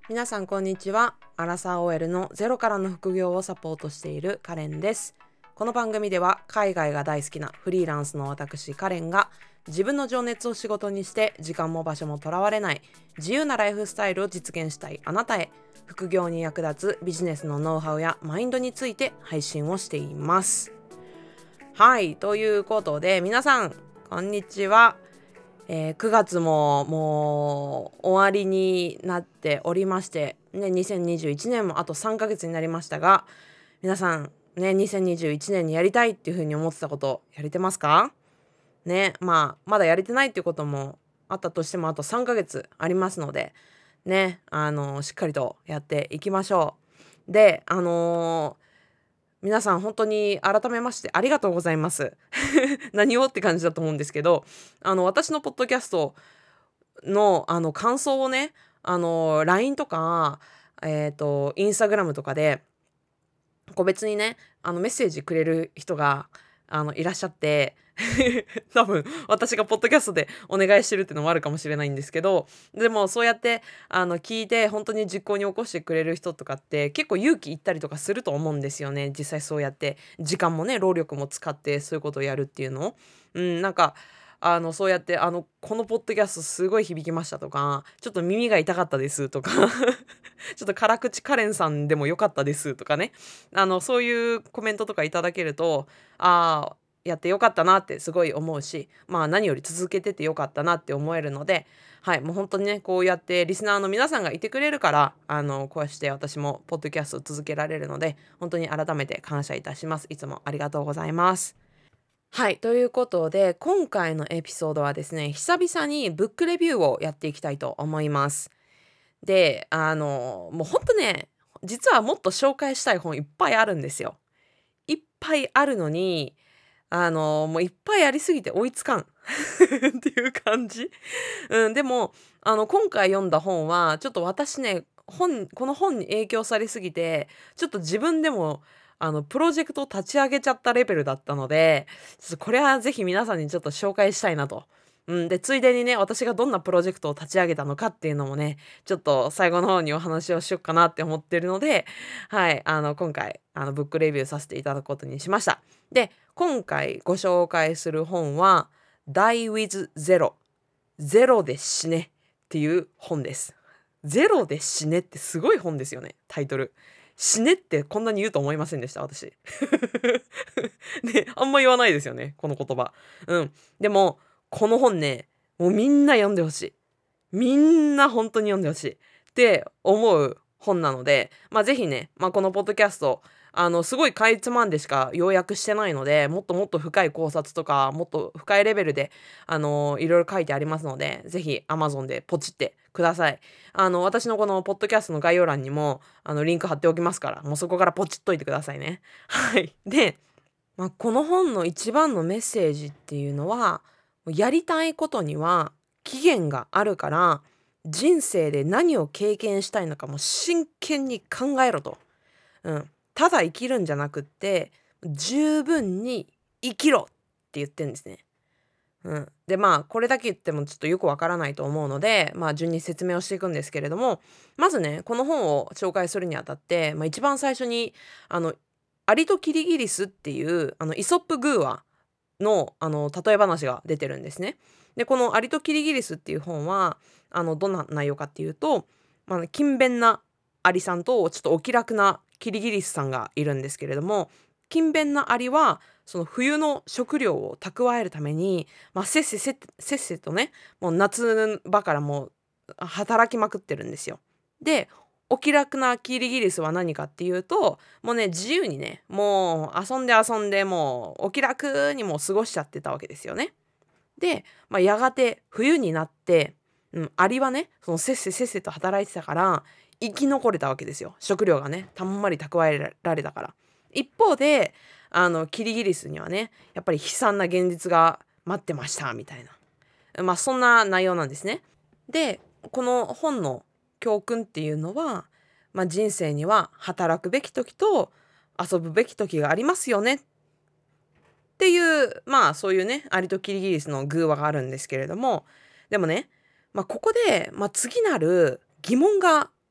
皆さんこんにちは。アラサー OL のゼロからの副業をサポートしているカレンです。この番組では海外が大好きなフリーランスの私カレンが自分の情熱を仕事にして時間も場所もとらわれない自由なライフスタイルを実現したいあなたへ、副業に役立つビジネスのノウハウやマインドについて配信をしています。はい、ということで皆さんこんにちは。9月ももう終わりになっておりまして、ね、2021年もあと3ヶ月になりましたが、皆さんね、2021年にやりたいっていうふうに思ってたことやれてますかね。まだやれてないっていうこともあったとしてもあと3ヶ月ありますのでね、しっかりとやっていきましょう。で、皆さん本当に改めましてありがとうございます。何をって感じだと思うんですけど、私のポッドキャストの感想をね、LINE とか、インスタグラムとかで個別にね、メッセージくれる人がいらっしゃって多分私がポッドキャストでお願いしてるっていうのもあるかもしれないんですけど、でもそうやって聞いて本当に実行に起こしてくれる人とかって結構勇気いったりとかすると思うんですよね。実際そうやって時間もね労力も使ってそういうことをやるっていうのを、なんかそうやってこのポッドキャストすごい響きましたとか、ちょっと耳が痛かったですとかちょっと辛口カレンさんでもよかったですとかね、そういうコメントとかいただけると、やってよかったなってすごい思うし、何より続けててよかったなって思えるので、はい、もう本当にねこうやってリスナーの皆さんがいてくれるから、こうして私もポッドキャストを続けられるので、本当に改めて感謝いたします。いつもありがとうございます。はい、ということで今回のエピソードはですね、久々にブックレビューをやっていきたいと思います。で、もうほんとね、実はもっと紹介したい本いっぱいあるんですよ。いっぱいあるのに、もういっぱいありすぎて追いつかんっていう感じ。でも、今回読んだ本は、ちょっと私ね、この本に影響されすぎて、ちょっと自分でも、プロジェクトを立ち上げちゃったレベルだったので、ちょっとこれはぜひ皆さんにちょっと紹介したいなと。で、ついでにね、私がどんなプロジェクトを立ち上げたのかっていうのもね、ちょっと最後の方にお話をしよっかなって思ってるので、はい、今回、ブックレビューさせていただくことにしました。で、今回ご紹介する本は、Die with Zero。ゼロで死ねっていう本です。ゼロで死ねってすごい本ですよね、タイトル。死ねってこんなに言うと思いませんでした、私。ね、あんま言わないですよね、この言葉。でも、この本ね、もうみんな読んでほしい。みんな本当に読んでほしいって思う本なので、ぜひね、このポッドキャスト、すごいかいつまんでしか要約してないので、もっともっと深い考察とか、もっと深いレベルで、いろいろ書いてありますので、ぜひ Amazon でポチってください。私のこのポッドキャストの概要欄にも、リンク貼っておきますから、もうそこからポチっといてくださいね。はい。で、この本の一番のメッセージっていうのは、やりたいことには期限があるから、人生で何を経験したいのかも真剣に考えろと。ただ生きるんじゃなくって、十分に生きろって言ってんですね。でこれだけ言ってもちょっとよくわからないと思うので、順に説明をしていくんですけれども、まずねこの本を紹介するにあたって、一番最初にアリとキリギリスっていうイソップ寓話の例え話が出てるんですね。でこのアリとキリギリスっていう本はどんな内容かっていうと、勤勉なアリさんとちょっとお気楽なキリギリスさんがいるんですけれども、勤勉なアリはその冬の食料を蓄えるために、せっせとねもう夏場からもう働きまくってるんですよ。でお気楽なキリギリスは何かっていうと、もうね自由にねもう遊んで遊んでもうお気楽にもう過ごしちゃってたわけですよね。で、やがて冬になって、アリはねそのせっせと働いてたから生き残れたわけですよ。食料がねたんまり蓄えられたから。一方でキリギリスにはねやっぱり悲惨な現実が待ってましたみたいな、そんな内容なんですね。でこの本の教訓っていうのは、人生には働くべき時と遊ぶべき時がありますよねっていう、そういうねアリとキリギリスの寓話があるんですけれども、でもね、ここで、次なる疑問が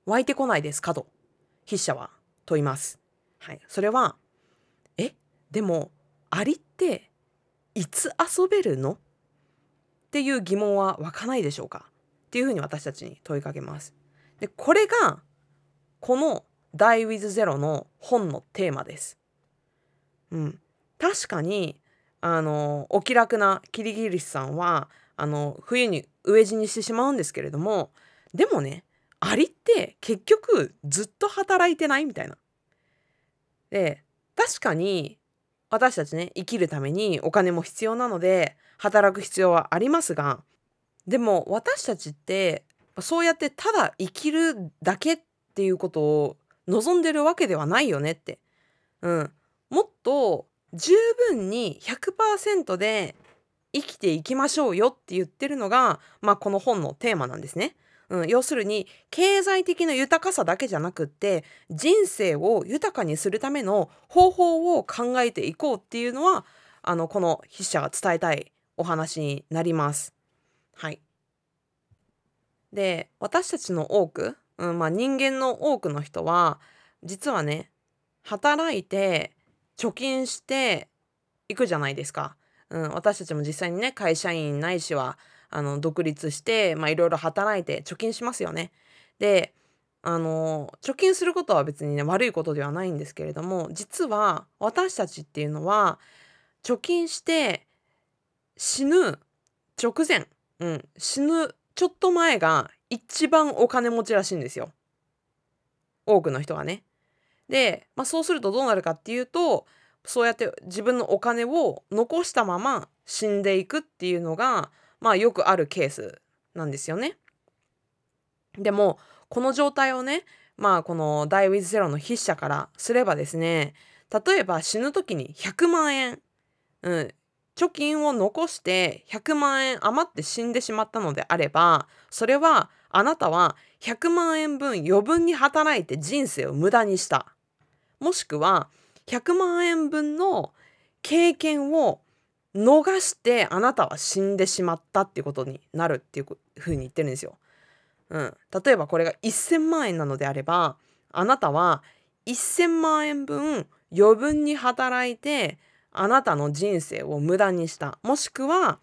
湧いてこないですかと筆者は問います。はい、それはでもアリっていつ遊べるのっていう疑問は湧かないでしょうかっていうふうに私たちに問いかけます。でこれがこの Die with Zero の本のテーマです。確かにお気楽なキリギリスさんは冬に飢え死にしてしまうんですけれども、でもね、アリって結局ずっと働いてないみたいな。で確かに私たちね、生きるためにお金も必要なので働く必要はありますが、でも私たちってそうやってただ生きるだけっていうことを望んでるわけではないよねって。もっと十分に 100% で生きていきましょうよって言ってるのが、この本のテーマなんですね。要するに経済的な豊かさだけじゃなくって人生を豊かにするための方法を考えていこうっていうのはこの筆者が伝えたいお話になります。はい。で私たちの多く、人間の多くの人は実はね、働いて貯金していくじゃないですか。私たちも実際にね、会社員ないしは独立して、いろいろ働いて貯金しますよね。で貯金することは別にね悪いことではないんですけれども、実は私たちっていうのは貯金して死ぬ直前、死ぬちょっと前が一番お金持ちらしいんですよ、多くの人がね。で、そうするとどうなるかっていうと、そうやって自分のお金を残したまま死んでいくっていうのが、よくあるケースなんですよね。でもこの状態をね、この Die with Zero の筆者からすればですね、例えば死ぬ時に100万円、貯金を残して100万円余って死んでしまったのであれば、それはあなたは100万円分余分に働いて人生を無駄にした。もしくは100万円分の経験を逃してあなたは死んでしまったっていうことになるっていうふうに言ってるんですよ。例えばこれが1000万円なのであれば、あなたは1000万円分余分に働いてあなたの人生を無駄にした。もしくは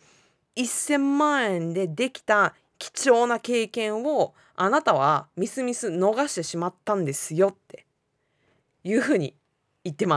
1000万円でできた貴重な経験をあなたはみすみす逃してしまったんですよっていうふうに言ってます。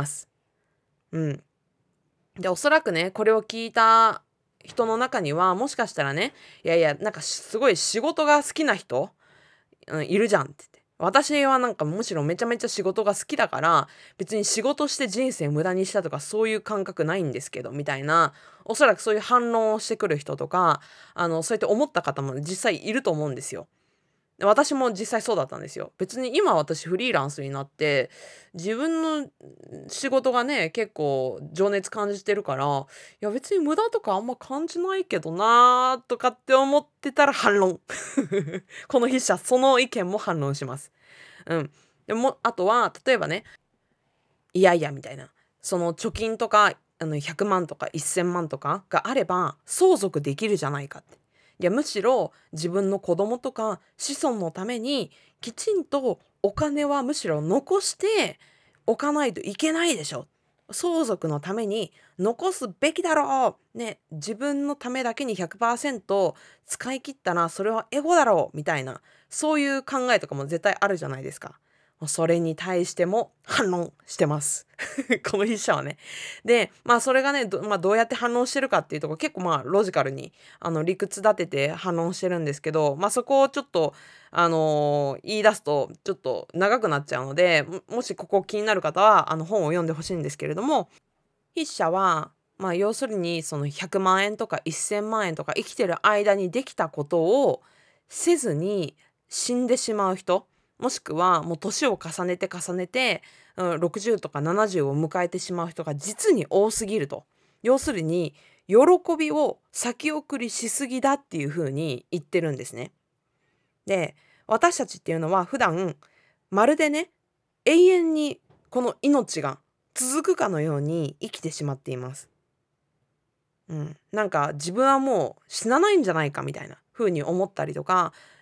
でおそらくね、これを聞いた人の中にはもしかしたらね、いやいやなんかすごい仕事が好きな人、いるじゃんって言って。私はなんかむしろめちゃめちゃ仕事が好きだから別に仕事して人生無駄にしたとかそういう感覚ないんですけどみたいな、おそらくそういう反論をしてくる人とかそうやって思った方も実際いると思うんですよ。私も実際そうだったんですよ。別に今私フリーランスになって自分の仕事がね結構情熱感じてるから、いや別に無駄とかあんま感じないけどなーとかって思ってたら反論この筆者その意見も反論します。でもあとは例えばね、いやいやみたいな、その貯金とか100万とか1000万とかがあれば相続できるじゃないかって。いやむしろ自分の子供とか子孫のためにきちんとお金はむしろ残しておかないといけないでしょ。相続のために残すべきだろうね、自分のためだけに 100% 使い切ったらそれはエゴだろうみたいな、そういう考えとかも絶対あるじゃないですか。それに対しても反論してますこの筆者はね。でそれがねどうやって反論してるかっていうところ結構ロジカルに理屈立てて反論してるんですけど、そこをちょっと言い出すとちょっと長くなっちゃうので、もしここ気になる方は本を読んでほしいんですけれども、筆者は要するにその100万円とか1000万円とか生きてる間にできたことをせずに死んでしまう人、もしくはもう年を重ねて重ねて、60とか70を迎えてしまう人が実に多すぎると。要するに喜びを先送りしすぎだっていうふうに言ってるんですね。で私たちっていうのは普段まるでね、永遠にこの命が続くかのように生きてしまっています。なんか自分はもう死なないんじゃないかみたいな風に思ったりとか、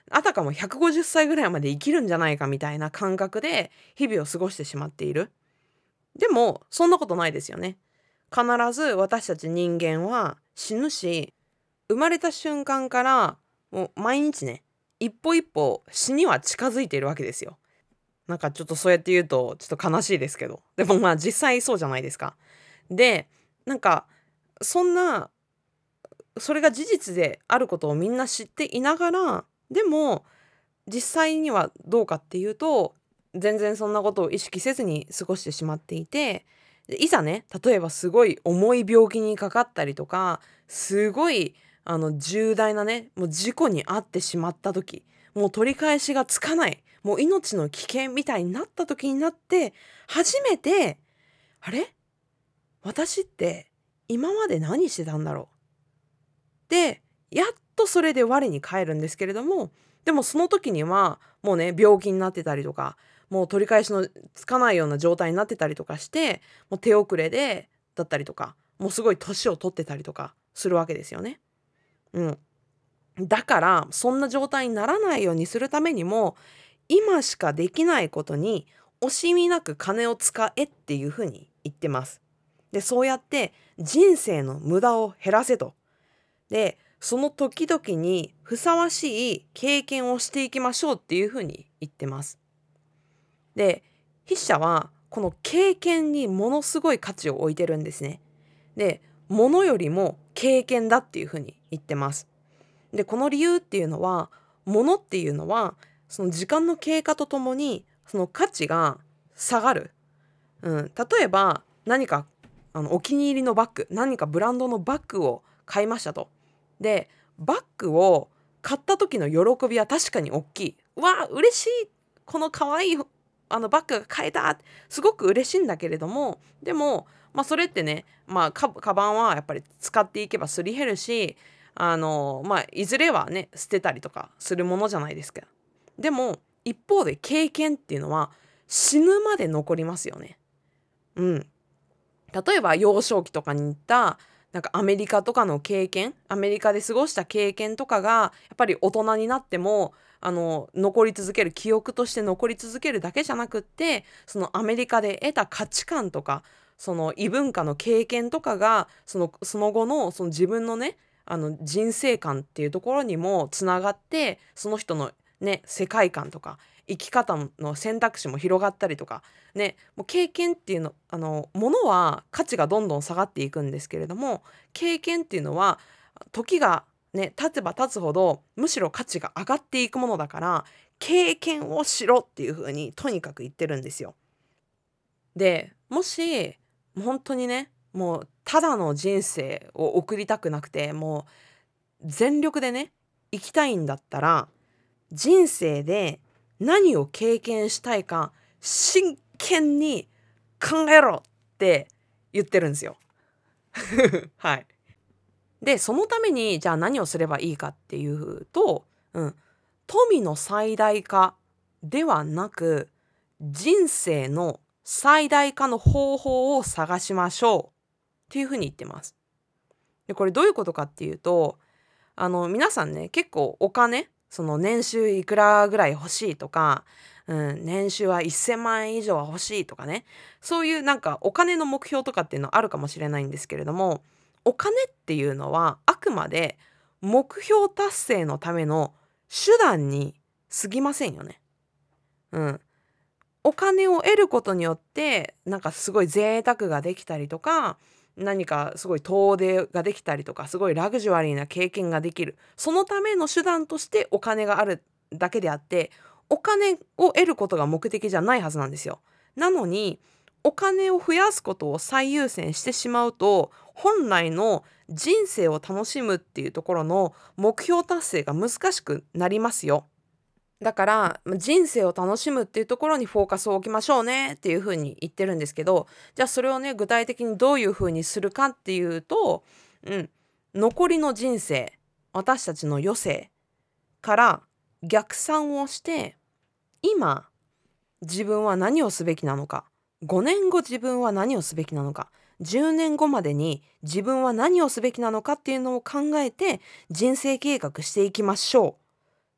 あたかも150歳ぐらいまで生きるんじゃないかみたいな感覚で日々を過ごしてしまっている。でもそんなことないですよね。必ず私たち人間は死ぬし、生まれた瞬間からもう毎日ね、一歩一歩死には近づいているわけですよ。なんかちょっとそうやって言うとちょっと悲しいですけど、でもまあ実際そうじゃないですか。で、なんかそんな、それが事実であることをみんな知っていながら、でも実際にはどうかっていうと、全然そんなことを意識せずに過ごしてしまっていて、でいざね、例えばすごい重い病気にかかったりとか、すごい重大なね、もう事故に遭ってしまった時、もう取り返しがつかない、もう命の危険みたいになった時になって、初めて、あれ、私って今まで何してたんだろう。で、やっとそれで我に返るんですけれども、でもその時にはもうね、病気になってたりとか、もう取り返しのつかないような状態になってたりとかして、もう手遅れでだったりとか、もうすごい年を取ってたりとかするわけですよね。うん。だからそんな状態にならないようにするためにも、今しかできないことに惜しみなく金を使えっていうふうに言ってます。で、そうやって人生の無駄を減らせと。で、その時々にふさわしい経験をしていきましょうっていうふうに言ってます。で、筆者はこの経験にものすごい価値を置いてるんですね。で、ものよりも経験だっていうふうに言ってます。で、この理由っていうのは、ものっていうのはその時間の経過とともにその価値が下がる。例えば何かお気に入りのバッグ、何かブランドのバッグを買いましたと。で、バッグを買った時の喜びは確かに大きい。うわ、嬉しい。この可愛いバッグが買えた。すごく嬉しいんだけれども、でも、まあそれってね、まあカバンはやっぱり使っていけばすり減るし、まあいずれはね、捨てたりとかするものじゃないですか。でも、一方で経験っていうのは死ぬまで残りますよね。うん。例えば幼少期とかに行ったなんかアメリカとかの経験、アメリカで過ごした経験とかがやっぱり大人になっても残り続ける、記憶として残り続けるだけじゃなくって、そのアメリカで得た価値観とかその異文化の経験とかがその後のその自分のね人生観っていうところにもつながって、その人のね世界観とか生き方の選択肢も広がったりとかね、もう経験っていうのものは価値がどんどん下がっていくんですけれども、経験っていうのは時がね経てば経つほどむしろ価値が上がっていくものだから、経験をしろっていうふうにとにかく言ってるんですよ。で、もし本当にね、もうただの人生を送りたくなくて、もう全力でね生きたいんだったら、人生で何を経験したいか真剣に考えろって言ってるんですよ。はい。で、そのためにじゃあ何をすればいいかっていうと、富の最大化ではなく、人生の最大化の方法を探しましょうっていうふうに言ってます。で、これどういうことかっていうと、皆さんね、結構お金、その年収いくらぐらい欲しいとか、年収は1000万円以上は欲しいとかね、そういうなんかお金の目標とかっていうのはあるかもしれないんですけれども、お金っていうのはあくまで目標達成のための手段に過ぎませんよね。うん。お金を得ることによってなんかすごい贅沢ができたりとか、何かすごい遠出ができたりとか、すごいラグジュアリーな経験ができる、そのための手段としてお金があるだけであって、お金を得ることが目的じゃないはずなんですよ。なのにお金を増やすことを最優先してしまうと、本来の人生を楽しむっていうところの目標達成が難しくなりますよ。だから人生を楽しむっていうところにフォーカスを置きましょうねっていうふうに言ってるんですけど、じゃあそれをね具体的にどういうふうにするかっていうと、残りの人生、私たちの余生から逆算をして、今自分は何をすべきなのか、5年後自分は何をすべきなのか、10年後までに自分は何をすべきなのかっていうのを考えて人生計画していきましょうっ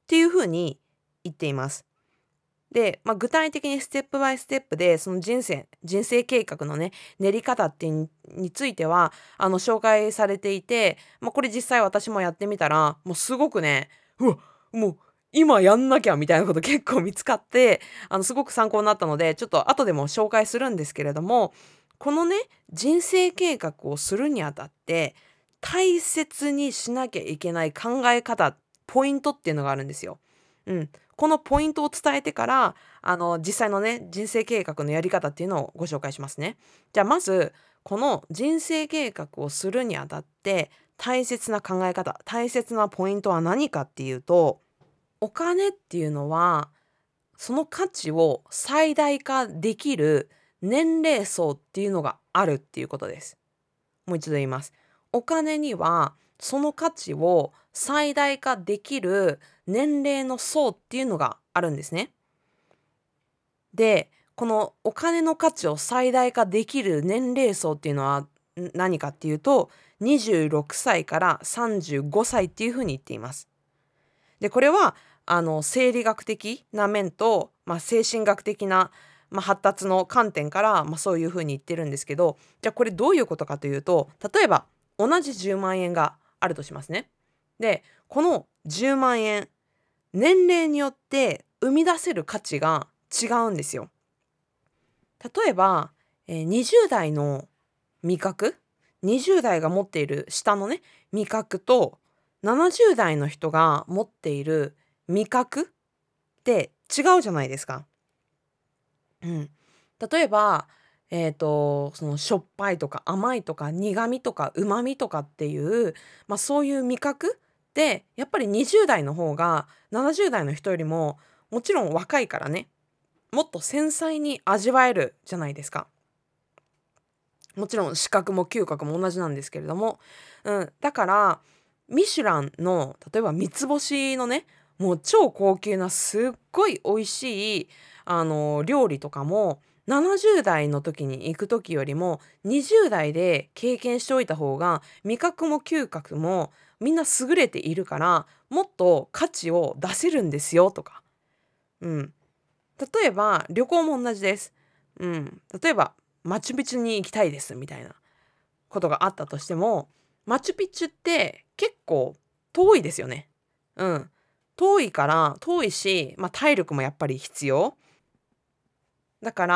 っていうふうに言っています。で、具体的にステップバイステップでその人生計画のね練り方ってについては紹介されていて、これ実際私もやってみたらもうすごくね、うわもう今やんなきゃみたいなこと結構見つかって、すごく参考になったのでちょっと後でも紹介するんですけれども、このね人生計画をするにあたって大切にしなきゃいけない考え方、ポイントっていうのがあるんですよ。このポイントを伝えてから、実際のね、人生計画のやり方っていうのをご紹介しますね。じゃあまず、この人生計画をするにあたって大切な考え方、大切なポイントは何かっていうと、お金っていうのは、その価値を最大化できる年齢層っていうのがあるっていうことです。もう一度言います。お金にはその価値を最大化できる年齢の層っていうのがあるんですね。で、このお金の価値を最大化できる年齢層っていうのは何かっていうと、26歳から35歳っていうふうに言っています。で、これは生理学的な面と、精神学的な、発達の観点から、そういうふうに言ってるんですけど、じゃあこれどういうことかというと、例えば同じ10万円があるとしますね。で、この10万円、年齢によって生み出せる価値が違うんですよ。例えば、20代の味覚、20代が持っている下のね、味覚と70代の人が持っている味覚って違うじゃないですか。うん。例えば、そのしょっぱいとか甘いとか苦味とか旨味とかっていう、そういう味覚ってやっぱり20代の方が70代の人よりももちろん若いからね、もっと繊細に味わえるじゃないですか。もちろん視覚も嗅覚も同じなんですけれども、だからミシュランの例えば三つ星のね、もう超高級なすっごい美味しい料理とかも70代の時に行く時よりも20代で経験しておいた方が味覚も嗅覚もみんな優れているからもっと価値を出せるんですよとか、うん、例えば旅行も同じです。例えばマチュピチュに行きたいですみたいなことがあったとしても、マチュピチュって結構遠いですよね。うん。遠いから、遠いし、体力もやっぱり必要。だから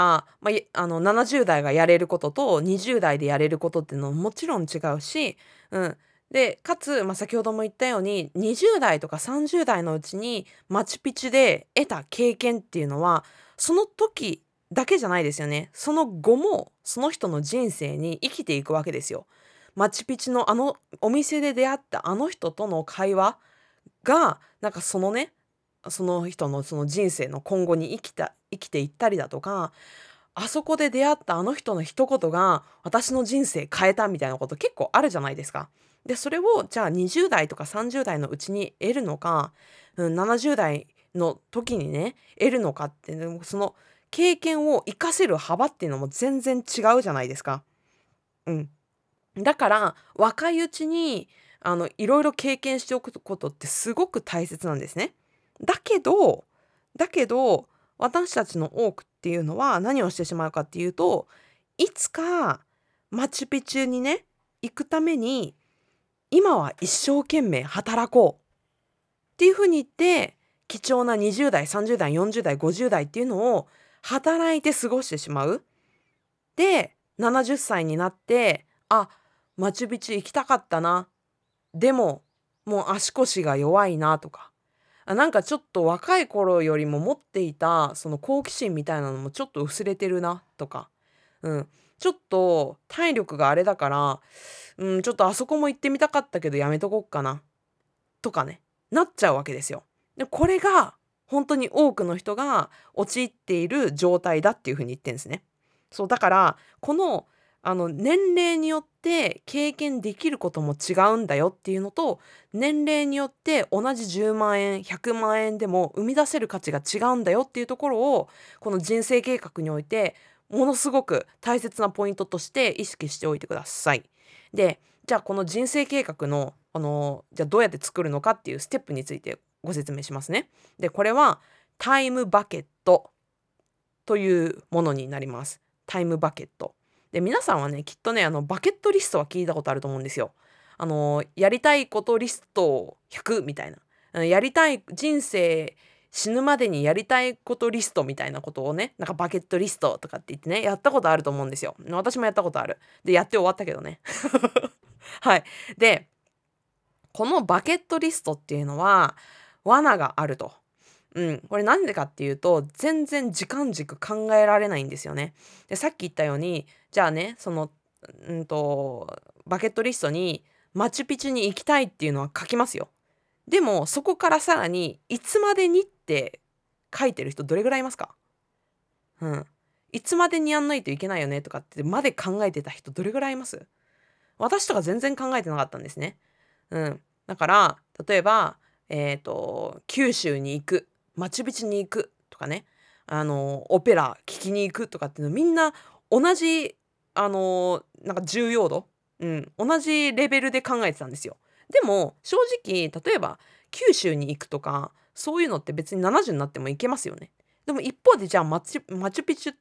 、70代がやれることと20代でやれることっていうのももちろん違うし、うん。で、かつ、先ほども言ったように、20代とか30代のうちにマチュピチュで得た経験っていうのは、その時だけじゃないですよね。その後も、その人の人生に生きていくわけですよ。マチュピチュのお店で出会ったあの人との会話が、なんかそのね、その人のその人生の今後に生きていったりだとか、あそこで出会ったあの人の一言が私の人生変えたみたいなこと結構あるじゃないですか。で、それをじゃあ20代とか30代のうちに得るのか、70代の時にね、得るのかっていうのその経験を活かせる幅っていうのも全然違うじゃないですか。うん。だから若いうちにいろいろ経験しておくことってすごく大切なんですね。だけどだけど私たちの多くっていうのは何をしてしまうかっていうと、いつかマチュピチュにね行くために今は一生懸命働こうっていうふうに言って貴重な20代30代40代50代っていうのを働いて過ごしてしまう。で70歳になってマチュピチュ行きたかったな。でも、もう足腰が弱いなとか、なんかちょっと若い頃よりも持っていたその好奇心みたいなのもちょっと薄れてるなとか、うん、ちょっと体力があれだから、ちょっとあそこも行ってみたかったけどやめとこっかなとかね、なっちゃうわけですよ。で、これが本当に多くの人が陥っている状態だっていうふうに言ってんですね。そう、だから、この、年齢によって経験できることも違うんだよっていうのと、年齢によって同じ10万円、100万円でも生み出せる価値が違うんだよっていうところを、この人生計画において、ものすごく大切なポイントとして意識しておいてください。で、じゃあこの人生計画の、じゃあどうやって作るのかっていうステップについてご説明しますね。で、これはタイムバケットというものになります。タイムバケット。で、皆さんはね、きっとね、バケットリストは聞いたことあると思うんですよ。やりたいことリスト100みたいな。やりたい人生死ぬまでにやりたいことリストみたいなことをね、なんかバケットリストとかって言ってね、やったことあると思うんですよ。私もやったことある。で、やって終わったけどね。はい。で、このバケットリストっていうのは罠があると。これなんでかっていうと、全然時間軸考えられないんですよね。で、さっき言ったように、じゃあね、バケットリストにマチュピチュに行きたいっていうのは書きますよ。でも、そこからさらに、いつまでにって書いてる人どれぐらいいますか？いつまでにやんないといけないよねとかってまで考えてた人どれぐらいいます？私とか全然考えてなかったんですね。だから、例えば、九州に行く、マチュピチュに行くとかね、オペラ聴きに行くとかっていうのみんな同じ、なんか重要度、同じレベルで考えてたんですよ。でも、正直、例えば、九州に行くとか、そういうのって別に70になっても行けますよね。でも一方で、じゃあマチュピチュって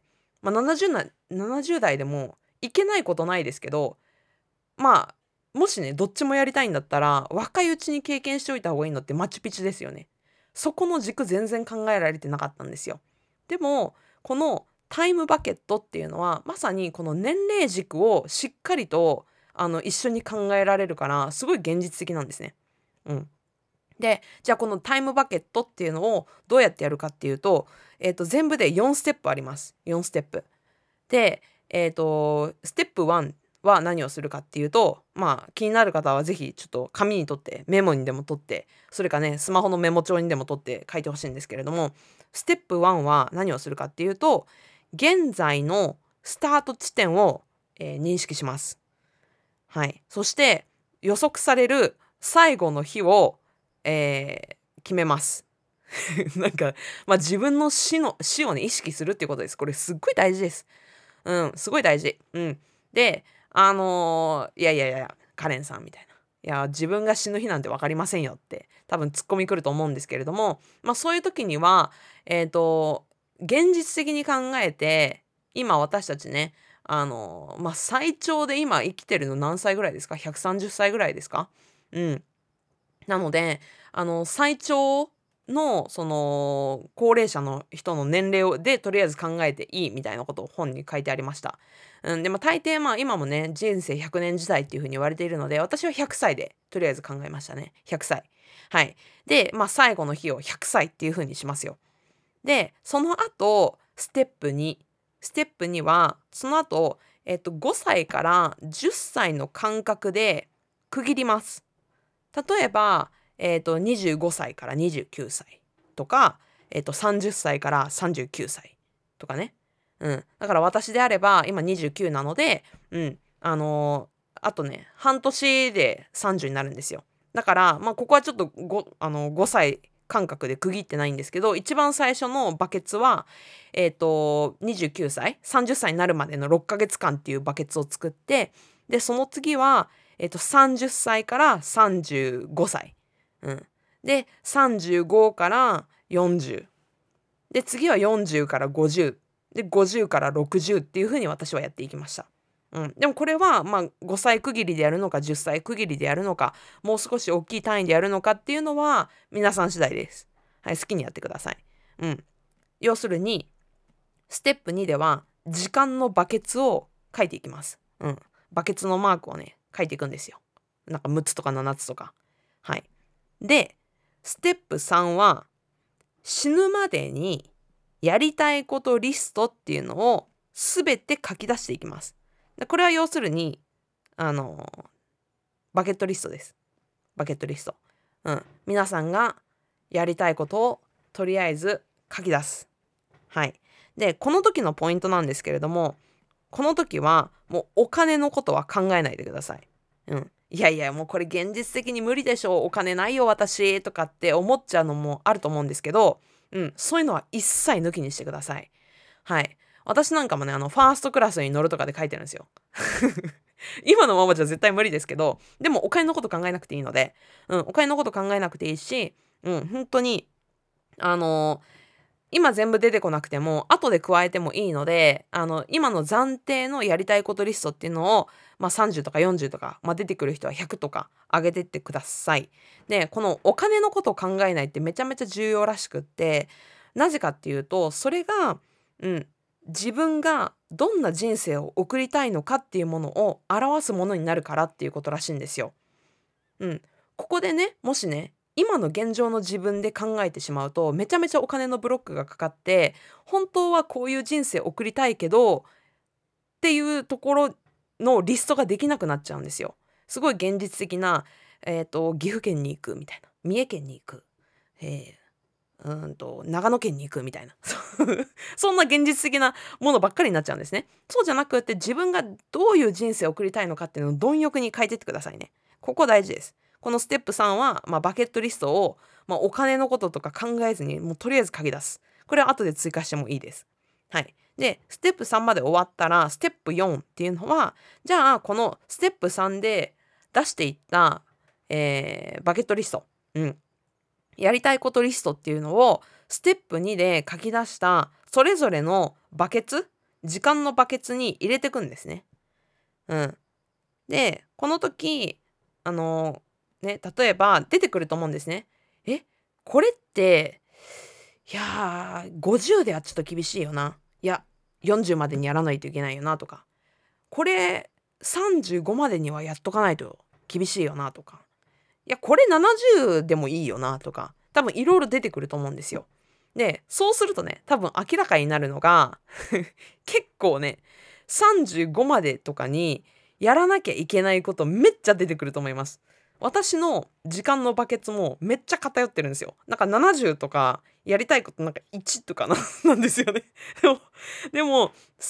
、70代でも行けないことないですけど、まあ、もしね、どっちもやりたいんだったら、若いうちに経験しておいた方がいいのってマチュピチュですよね。そこの軸全然考えられてなかったんですよ。でも、このタイムバケットっていうのは、まさにこの年齢軸をしっかりと一緒に考えられるから、すごい現実的なんですね。で、じゃあこのタイムバケットっていうのをどうやってやるかっていうと、全部で4ステップあります。4ステップ。で、ステップ1は何をするかっていうと、気になる方はぜひちょっと紙に取ってメモにでも取って、それかねスマホのメモ帳にでも取って書いてほしいんですけれども、ステップ1は何をするかっていうと、現在のスタート地点を、認識します。はい。そして予測される最後の日を、決めます。なんか、自分の死をね意識するっていうことです。これすっごい大事です。すごい大事。で、いやいやいや、カレンさんみたいな。いや、自分が死ぬ日なんて分かりませんよって、多分ツッコミ来ると思うんですけれども、そういう時には、現実的に考えて、今私たちね、最長で今生きてるの何歳ぐらいですか？ 130 歳ぐらいですか？なので、最長のその高齢者の人の年齢でとりあえず考えていいみたいなことを本に書いてありました。でも大抵今もね人生100年時代っていうふうに言われているので、私は100歳でとりあえず考えましたね。100歳。はい。で、最後の日を100歳っていうふうにしますよ。で、その後ステップ2。ステップ2はその後、5歳から10歳の間隔で区切ります。例えば、25歳から29歳とか、30歳から39歳とかね。だから私であれば、今29なので、あとね、半年で30になるんですよ。だから、ここはちょっと5歳間隔で区切ってないんですけど、一番最初のバケツは、29歳、30歳になるまでの6ヶ月間っていうバケツを作って、で、その次は、30歳から35歳。で、35から40。で、次は40から50。で、50から60っていう風に私はやっていきました。でもこれは、5歳区切りでやるのか、10歳区切りでやるのか、もう少し大きい単位でやるのかっていうのは、皆さん次第です。はい、好きにやってください。要するに、ステップ2では、時間のバケツを書いていきます。バケツのマークをね、書いていくんですよ。なんか6つとか7つとか。はい。で、ステップ3は、死ぬまでにやりたいことリストっていうのを全て書き出していきます。でこれは要するに、バケットリストです。バケットリスト。皆さんがやりたいことをとりあえず書き出す。はい。で、この時のポイントなんですけれども、この時はもうお金のことは考えないでください。いやいや、もうこれ現実的に無理でしょう。お金ないよ私とかって思っちゃうのもあると思うんですけど、そういうのは一切抜きにしてください。はい。私なんかもね、ファーストクラスに乗るとかで書いてるんですよ。今のままじゃ絶対無理ですけど、でもお金のこと考えなくていいので、お金のこと考えなくていいし、 本当に今全部出てこなくても後で加えてもいいので、今の暫定のやりたいことリストっていうのを、30とか40とか、出てくる人は100とか上げてってください。で、このお金のことを考えないってめちゃめちゃ重要らしくって、なぜかっていうと、それが、自分がどんな人生を送りたいのかっていうものを表すものになるからっていうことらしいんですよ。ここでね、もしね、今の現状の自分で考えてしまうとめちゃめちゃお金のブロックがかかって、本当はこういう人生を送りたいけどっていうところのリストができなくなっちゃうんですよ。すごい現実的な、岐阜県に行くみたいな、三重県に行く、長野県に行くみたいなそんな現実的なものばっかりになっちゃうんですね。そうじゃなくて、自分がどういう人生を送りたいのかっていうのを貪欲に書いてってくださいね。ここ大事です。このステップ3は、バケットリストを、お金のこととか考えずにもうとりあえず書き出す。これは後で追加してもいいです。はい。で、ステップ3まで終わったら、ステップ4っていうのは、じゃあこのステップ3で出していった、バケットリスト、やりたいことリストっていうのをステップ2で書き出したそれぞれの時間のバケツに入れていくんですね。で、この時例えば出てくると思うんですね。これっていやー50ではちょっと厳しいよな、いや40までにやらないといけないよなとか、これ35までにはやっとかないと厳しいよなとか、いやこれ70でもいいよなとか、多分いろいろ出てくると思うんですよ。で、そうするとね、多分明らかになるのが結構ね、35までとかにやらなきゃいけないことめっちゃ出てくると思います。私の時間のバケツもめっちゃ偏ってるんですよ。なんか70とかやりたいことなんか1とかなんですよね。でも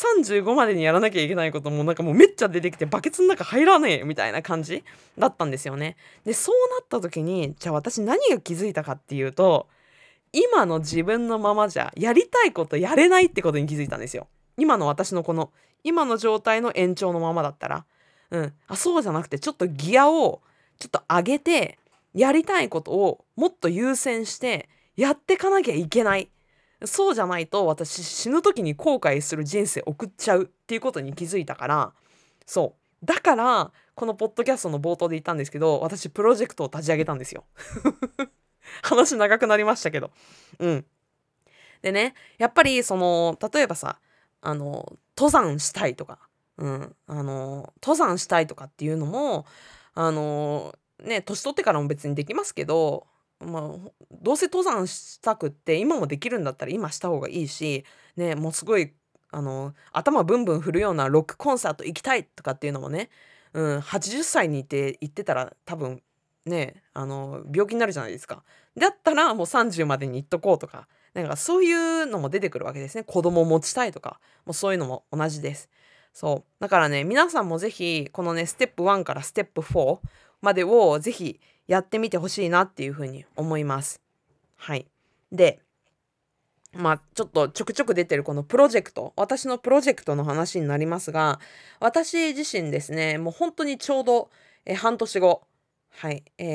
35までにやらなきゃいけないこともなんかもうめっちゃ出てきてバケツの中入らねえみたいな感じだったんですよね。で、そうなった時に、じゃあ私何が気づいたかっていうと、今の自分のままじゃやりたいことやれないってことに気づいたんですよ。今の私のこの今の状態の延長のままだったら、そうじゃなくてちょっとギアをちょっと上げて、やりたいことをもっと優先してやってかなきゃいけない。そうじゃないと私死ぬ時に後悔する人生送っちゃうっていうことに気づいたから、そうだからこのポッドキャストの冒頭で言ったんですけど、私プロジェクトを立ち上げたんですよ。話長くなりましたけど。でね、やっぱり例えばさ、登山したいとか、登山したいとかっていうのも、年取ってからも別にできますけど、どうせ登山したくって今もできるんだったら今した方がいいし、ね、もうすごい、頭ブンブン振るようなロックコンサート行きたいとかっていうのもね、80歳に行ってたら多分ね、病気になるじゃないですか。だったらもう30までに行っとこうとか、なんかそういうのも出てくるわけですね。子供を持ちたいとか、もうそういうのも同じです。そう。だからね、皆さんもぜひ、このね、ステップ1からステップ4までをぜひやってみてほしいなっていうふうに思います。はい。で、ちょっとちょくちょく出てるこのプロジェクト、私のプロジェクトの話になりますが、私自身ですね、もう本当にちょうど、半年後、はい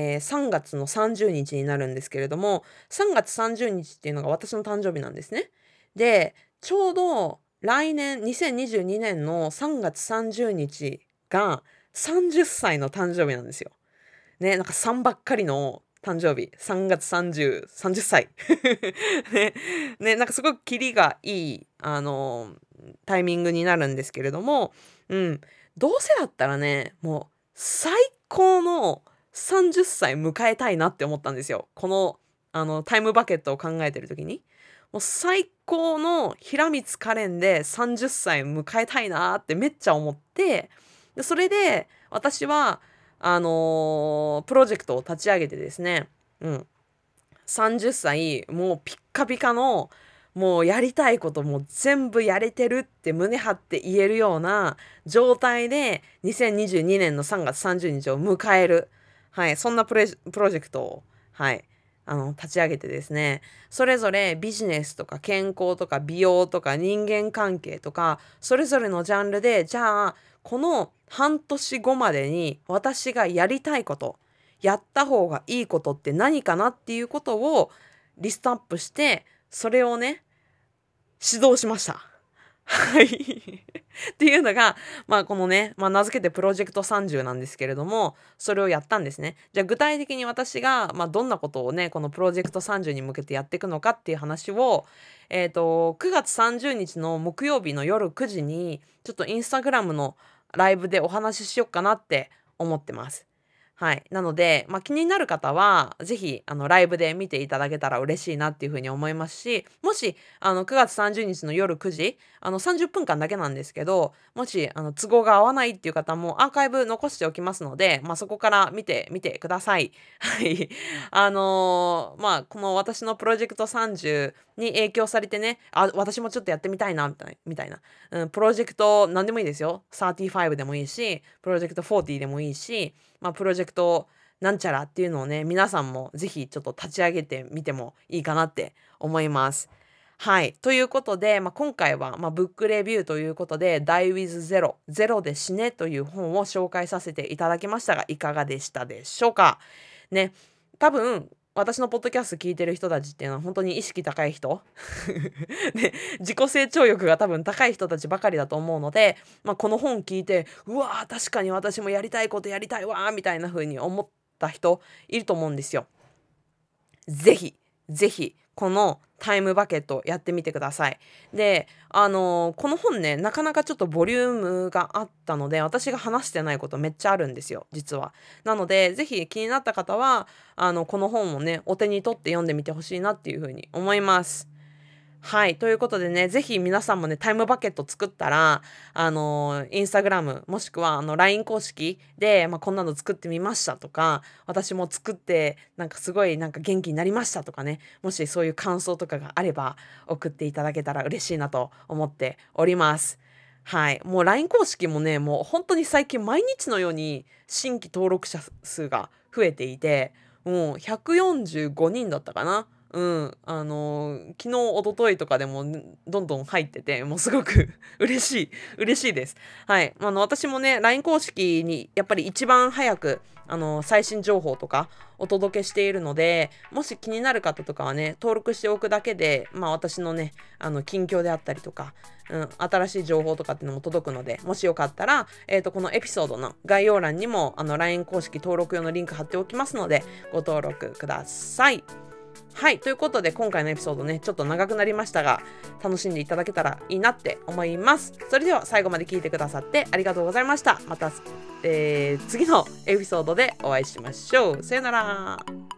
、3月の30日になるんですけれども、3月30日っていうのが私の誕生日なんですね。で、ちょうど来年2022年の3月30日が30歳の誕生日なんですよ。ね、なんか3ばっかりの誕生日、3月30歳。なんかすごくキリがいい、タイミングになるんですけれども、どうせだったらね、もう最高の30歳迎えたいなって思ったんですよ。この、タイムバケットを考えてる時に。もう最高の平光カレンで30歳迎えたいなってめっちゃ思って、でそれで私は、プロジェクトを立ち上げてですね、30歳、もうピッカピカの、もうやりたいことも全部やれてるって胸張って言えるような状態で2022年の3月30日を迎える。はい、そんなプロジェクトを、はい、立ち上げてですね、それぞれビジネスとか健康とか美容とか人間関係とか、それぞれのジャンルで、じゃあ、この半年後までに私がやりたいこと、 やった方がいいことって何かなっていうことをリストアップして、それをね、指導しました。はい。っていうのが、このね、名付けてプロジェクト30なんですけれども、それをやったんですね。じゃあ具体的に私が、どんなことをね、このプロジェクト30に向けてやっていくのかっていう話を、9月30日の木曜日の夜9時に、ちょっとインスタグラムのライブでお話ししようかなって思ってます。はい。なので、気になる方は、ぜひ、ライブで見ていただけたら嬉しいなっていうふうに思いますし、もし、9月30日の夜9時、30分間だけなんですけど、もし、都合が合わないっていう方も、アーカイブ残しておきますので、そこから見てみてください。はい。この私のプロジェクト30に影響されてね、私もちょっとやってみたいな、みたいな。プロジェクト、何でもいいですよ。35でもいいし、プロジェクト40でもいいし、プロジェクトなんちゃらっていうのをね、皆さんもぜひちょっと立ち上げてみてもいいかなって思います。はい。ということで、今回は、ブックレビューということで、Die with Zero、ゼロで死ねという本を紹介させていただきましたが、いかがでしたでしょうか。ね、多分、私のポッドキャスト聞いてる人たちっていうのは本当に意識高い人で、自己成長欲が多分高い人たちばかりだと思うので、この本聞いて、うわー確かに私もやりたいことやりたいわーみたいな風に思った人いると思うんですよ。ぜひぜひこのタイムバケットやってみてください。で、この本ね、なかなかちょっとボリュームがあったので、私が話してないことめっちゃあるんですよ、実は。なので、ぜひ気になった方は、この本をね、お手に取って読んでみてほしいなっていうふうに思います。はい。ということでね、ぜひ皆さんもね、タイムバケット作ったら、インスタグラム、もしくは、LINE 公式で、こんなの作ってみましたとか、私も作って、すごい元気になりましたとかね、もしそういう感想とかがあれば、送っていただけたら嬉しいなと思っております。はい。もう LINE 公式もね、もう本当に最近毎日のように新規登録者数が増えていて、もう145人だったかな。うん。昨日、一昨日とかでもどんどん入ってて、もうすごく嬉しいです。はい。私もね、LINE 公式にやっぱり一番早く、最新情報とかお届けしているので、もし気になる方とかはね、登録しておくだけで、私のね、近況であったりとか、新しい情報とかっていうのも届くので、もしよかったら、このエピソードの概要欄にも、LINE 公式登録用のリンク貼っておきますので、ご登録ください。はい。ということで、今回のエピソードね、ちょっと長くなりましたが、楽しんでいただけたらいいなって思います。それでは最後まで聞いてくださってありがとうございました。また、次のエピソードでお会いしましょう。さよなら。